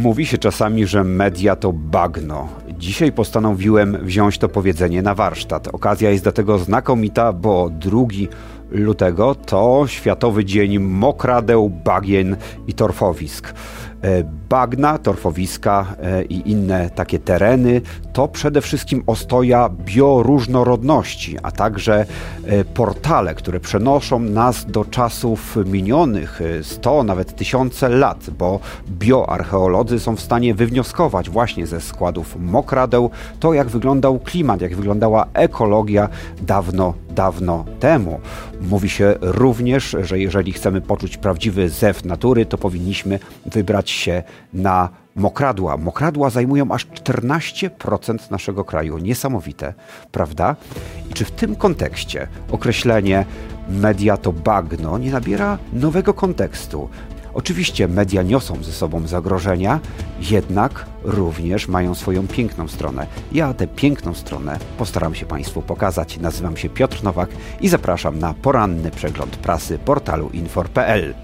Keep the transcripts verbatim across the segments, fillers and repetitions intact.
Mówi się czasami, że media to bagno. Dzisiaj postanowiłem wziąć to powiedzenie na warsztat. Okazja jest do tego znakomita, bo drugiego lutego to Światowy Dzień Mokradeł, Bagien i Torfowisk. Bagna, torfowiska i inne takie tereny to przede wszystkim ostoja bioróżnorodności, a także portale, które przenoszą nas do czasów minionych, sto, nawet tysiące lat, bo bioarcheolodzy są w stanie wywnioskować właśnie ze składów mokradeł to, jak wyglądał klimat, jak wyglądała ekologia dawno, dawno temu. Mówi się również, że jeżeli chcemy poczuć prawdziwy zew natury, to powinniśmy wybrać się na mokradła. Mokradła zajmują aż czternaście procent naszego kraju. Niesamowite, prawda? I czy w tym kontekście określenie media to bagno nie nabiera nowego kontekstu? Oczywiście media niosą ze sobą zagrożenia, jednak również mają swoją piękną stronę. Ja tę piękną stronę postaram się Państwu pokazać. Nazywam się Piotr Nowak i zapraszam na poranny przegląd prasy portalu infor kropka p l.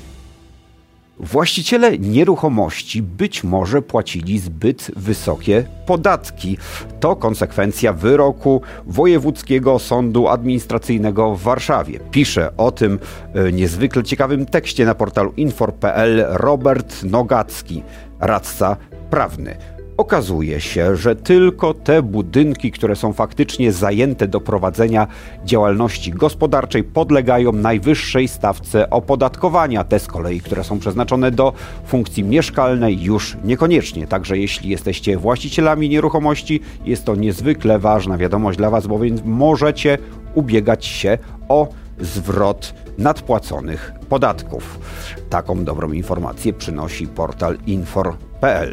Właściciele nieruchomości być może płacili zbyt wysokie podatki. To konsekwencja wyroku Wojewódzkiego Sądu Administracyjnego w Warszawie. Pisze o tym w niezwykle ciekawym tekście na portalu infor kropka p l Robert Nogacki, radca prawny. Okazuje się, że tylko te budynki, które są faktycznie zajęte do prowadzenia działalności gospodarczej, podlegają najwyższej stawce opodatkowania. Te z kolei, które są przeznaczone do funkcji mieszkalnej, już niekoniecznie. Także jeśli jesteście właścicielami nieruchomości, jest to niezwykle ważna wiadomość dla Was, bowiem możecie ubiegać się o zwrot nadpłaconych podatków. Taką dobrą informację przynosi portal infor kropka p l.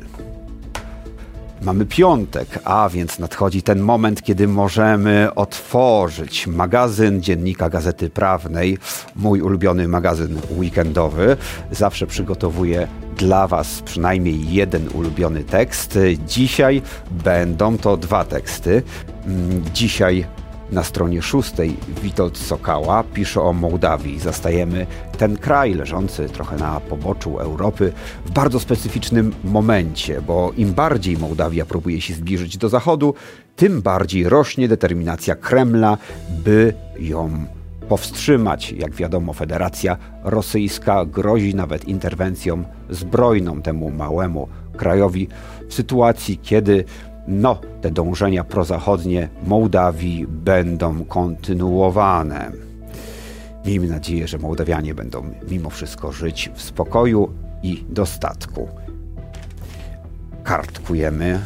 Mamy piątek, a więc nadchodzi ten moment, kiedy możemy otworzyć magazyn Dziennika Gazety Prawnej, mój ulubiony magazyn weekendowy. Zawsze przygotowuję dla Was przynajmniej jeden ulubiony tekst. Dzisiaj będą to dwa teksty. Dzisiaj na stronie szóstej Witold Sokała pisze o Mołdawii. Zastajemy ten kraj leżący trochę na poboczu Europy w bardzo specyficznym momencie, bo im bardziej Mołdawia próbuje się zbliżyć do Zachodu, tym bardziej rośnie determinacja Kremla, by ją powstrzymać. Jak wiadomo, Federacja Rosyjska grozi nawet interwencją zbrojną temu małemu krajowi w sytuacji, kiedy No, te dążenia prozachodnie Mołdawii będą kontynuowane. Miejmy nadzieję, że Mołdawianie będą mimo wszystko żyć w spokoju i dostatku. Kartkujemy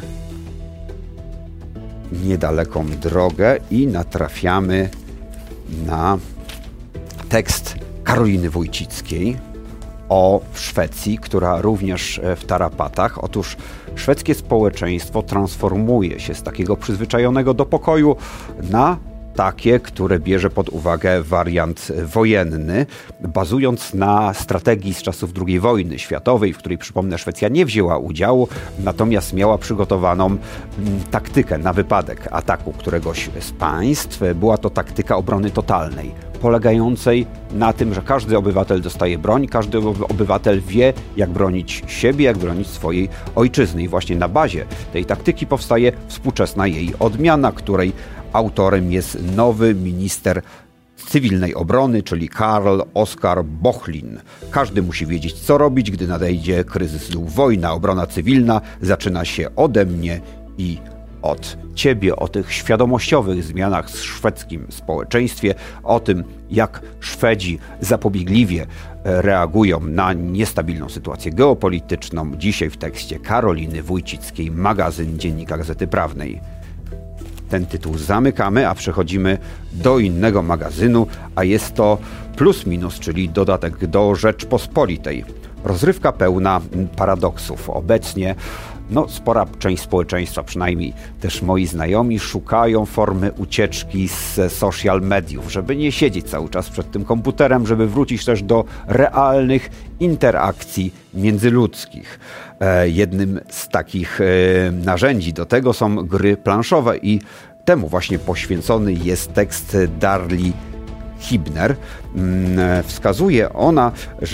niedaleką drogę i natrafiamy na tekst Karoliny Wójcickiej o Szwecji, która również w tarapatach. Otóż szwedzkie społeczeństwo transformuje się z takiego przyzwyczajonego do pokoju na takie, które bierze pod uwagę wariant wojenny, bazując na strategii z czasów drugiej wojny światowej, w której, przypomnę, Szwecja nie wzięła udziału, natomiast miała przygotowaną m, taktykę na wypadek ataku któregoś z państw. Była to taktyka obrony totalnej, polegającej na tym, że każdy obywatel dostaje broń, każdy obywatel wie, jak bronić siebie, jak bronić swojej ojczyzny. I właśnie na bazie tej taktyki powstaje współczesna jej odmiana, której autorem jest nowy minister cywilnej obrony, czyli Karl Oskar Bochlin. Każdy musi wiedzieć, co robić, gdy nadejdzie kryzys lub wojna. Obrona cywilna zaczyna się ode mnie i od Ciebie, o tych świadomościowych zmianach w szwedzkim społeczeństwie, o tym, jak Szwedzi zapobiegliwie reagują na niestabilną sytuację geopolityczną. Dzisiaj w tekście Karoliny Wójcickiej, magazyn Dziennika Gazety Prawnej. Ten tytuł zamykamy, a przechodzimy do innego magazynu, a jest to Plus Minus, czyli dodatek do Rzeczpospolitej. Rozrywka pełna paradoksów. Obecnie no, spora część społeczeństwa, przynajmniej też moi znajomi, szukają formy ucieczki z social mediów, żeby nie siedzieć cały czas przed tym komputerem, żeby wrócić też do realnych interakcji międzyludzkich. E, jednym z takich e, narzędzi do tego są gry planszowe i temu właśnie poświęcony jest tekst Darli Hibner. Wskazuje ona, że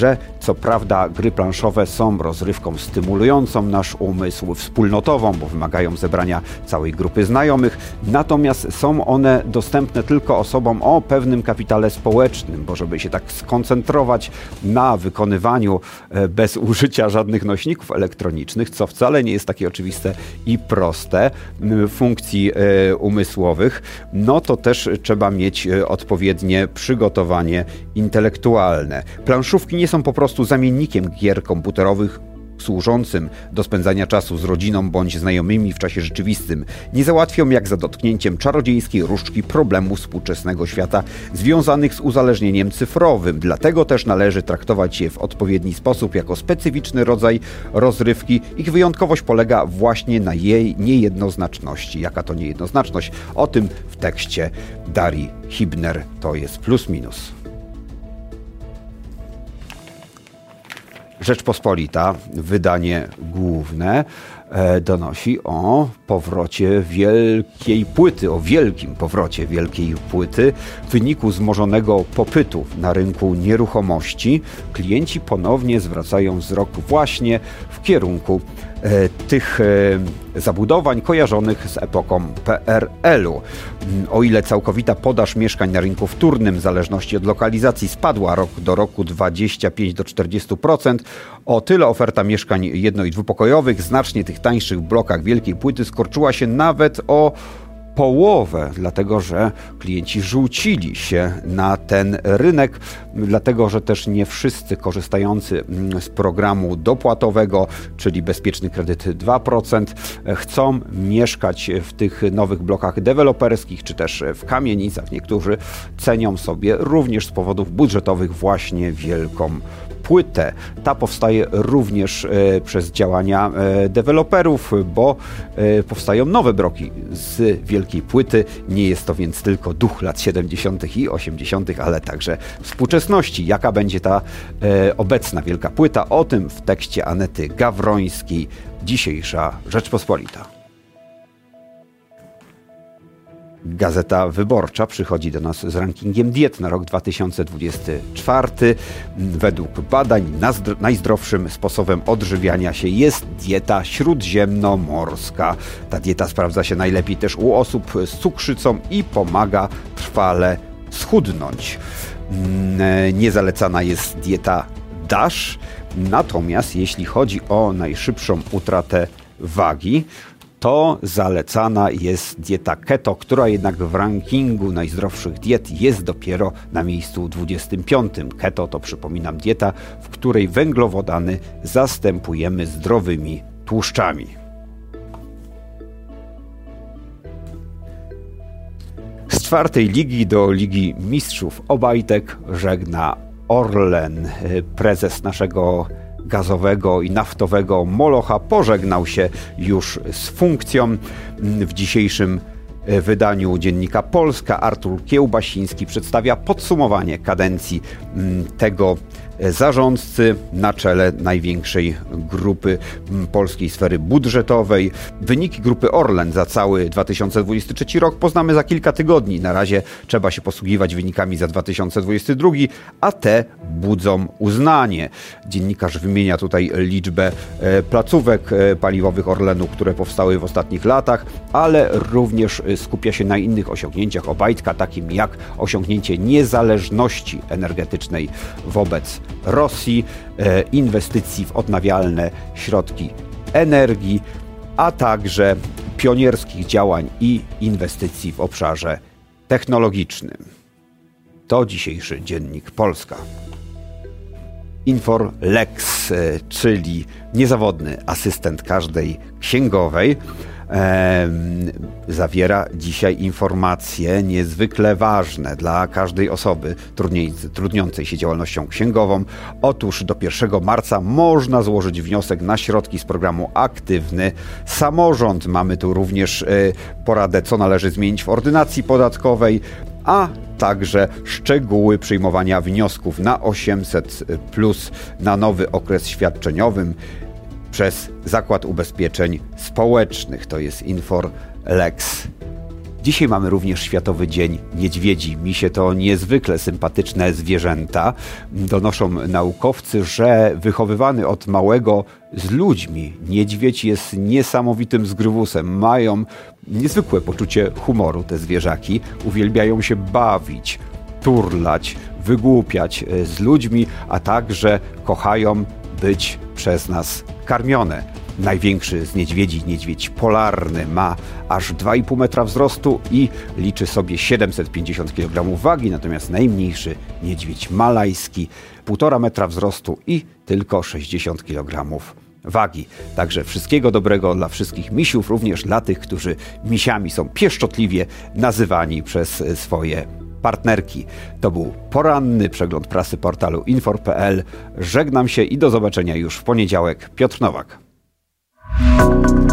Co prawda gry planszowe są rozrywką stymulującą nasz umysł, wspólnotową, bo wymagają zebrania całej grupy znajomych, natomiast są one dostępne tylko osobom o pewnym kapitale społecznym, bo żeby się tak skoncentrować na wykonywaniu bez użycia żadnych nośników elektronicznych, co wcale nie jest takie oczywiste i proste, funkcji umysłowych, no to też trzeba mieć odpowiednie przygotowanie intelektualne. Planszówki nie są po prostu zamiennikiem gier komputerowych służącym do spędzania czasu z rodziną bądź znajomymi w czasie rzeczywistym. Nie załatwią jak za dotknięciem czarodziejskiej różdżki problemu współczesnego świata związanych z uzależnieniem cyfrowym. Dlatego też należy traktować je w odpowiedni sposób jako specyficzny rodzaj rozrywki. Ich wyjątkowość polega właśnie na jej niejednoznaczności. Jaka to niejednoznaczność? O tym w tekście Darii Hibner. To jest plus minus. Rzeczpospolita, wydanie główne, e, donosi o powrocie wielkiej płyty, o wielkim powrocie wielkiej płyty. W wyniku wzmożonego popytu na rynku nieruchomości klienci ponownie zwracają wzrok właśnie w kierunku e, tych e, zabudowań kojarzonych z epoką P R L-u. O ile całkowita podaż mieszkań na rynku wtórnym w zależności od lokalizacji spadła rok do roku dwadzieścia pięć do czterdziestu procent, o tyle oferta mieszkań jedno- i dwupokojowych znacznie tych tańszych blokach wielkiej płyty skurczyła się nawet o połowę, dlatego że klienci rzucili się na ten rynek, dlatego że też nie wszyscy korzystający z programu dopłatowego, czyli bezpieczny kredyt dwa procent, chcą mieszkać w tych nowych blokach deweloperskich, czy też w kamienicach. Niektórzy cenią sobie również z powodów budżetowych właśnie wielką płytę. Ta powstaje również e, przez działania e, deweloperów, bo e, powstają nowe bloki z wielkiej płyty. Nie jest to więc tylko duch lat siedemdziesiątych i osiemdziesiątych, ale także współczesności. Jaka będzie ta e, obecna wielka płyta? O tym w tekście Anety Gawrońskiej, dzisiejsza Rzeczpospolita. Gazeta Wyborcza przychodzi do nas z rankingiem diet na rok dwa tysiące dwudziesty czwarty. Według badań najzdrowszym sposobem odżywiania się jest dieta śródziemnomorska. Ta dieta sprawdza się najlepiej też u osób z cukrzycą i pomaga trwale schudnąć. Niezalecana jest dieta DASH, natomiast jeśli chodzi o najszybszą utratę wagi, to zalecana jest dieta keto, która jednak w rankingu najzdrowszych diet jest dopiero na miejscu dwudziestym piątym. Keto to, przypominam, dieta, w której węglowodany zastępujemy zdrowymi tłuszczami. Z czwartej ligi do Ligi Mistrzów Obajtek żegna Orlen. Prezes naszego gazowego i naftowego molocha pożegnał się już z funkcją. W dzisiejszym wydaniu Dziennika Polska Artur Kiełbasiński przedstawia podsumowanie kadencji tego zarządcy na czele największej grupy polskiej sfery budżetowej. Wyniki grupy Orlen za cały dwa tysiące dwudziesty trzeci rok poznamy za kilka tygodni. Na razie trzeba się posługiwać wynikami za dwa tysiące dwudziesty drugi, a te budzą uznanie. Dziennikarz wymienia tutaj liczbę placówek paliwowych Orlenu, które powstały w ostatnich latach, ale również skupia się na innych osiągnięciach Obajtka, takim jak osiągnięcie niezależności energetycznej wobec Rosji, inwestycji w odnawialne środki energii, a także pionierskich działań i inwestycji w obszarze technologicznym. To dzisiejszy Dziennik Polska. InforLex, czyli niezawodny asystent każdej księgowej, E, zawiera dzisiaj informacje niezwykle ważne dla każdej osoby trudniącej się działalnością księgową. Otóż do pierwszego marca można złożyć wniosek na środki z programu Aktywny Samorząd. Mamy tu również e, poradę, co należy zmienić w ordynacji podatkowej, a także szczegóły przyjmowania wniosków na osiemset plus na nowy okres świadczeniowy przez Zakład Ubezpieczeń Społecznych. To jest InforLex. Dzisiaj mamy również Światowy Dzień Niedźwiedzi. Misie to niezwykle sympatyczne zwierzęta. Donoszą naukowcy, że wychowywany od małego z ludźmi niedźwiedź jest niesamowitym zgrywusem. Mają niezwykłe poczucie humoru te zwierzaki. Uwielbiają się bawić, turlać, wygłupiać z ludźmi, a także kochają być przez nas karmione. Największy z niedźwiedzi, niedźwiedź polarny, ma aż dwa i pół metra wzrostu i liczy sobie siedemset pięćdziesiąt kilogramów wagi, natomiast najmniejszy niedźwiedź malajski półtora metra wzrostu i tylko sześćdziesiąt kilogramów wagi. Także wszystkiego dobrego dla wszystkich misiów, również dla tych, którzy misiami są pieszczotliwie nazywani przez swoje partnerki. To był poranny przegląd prasy portalu infor kropka p l. Żegnam się i do zobaczenia już w poniedziałek. Piotr Nowak.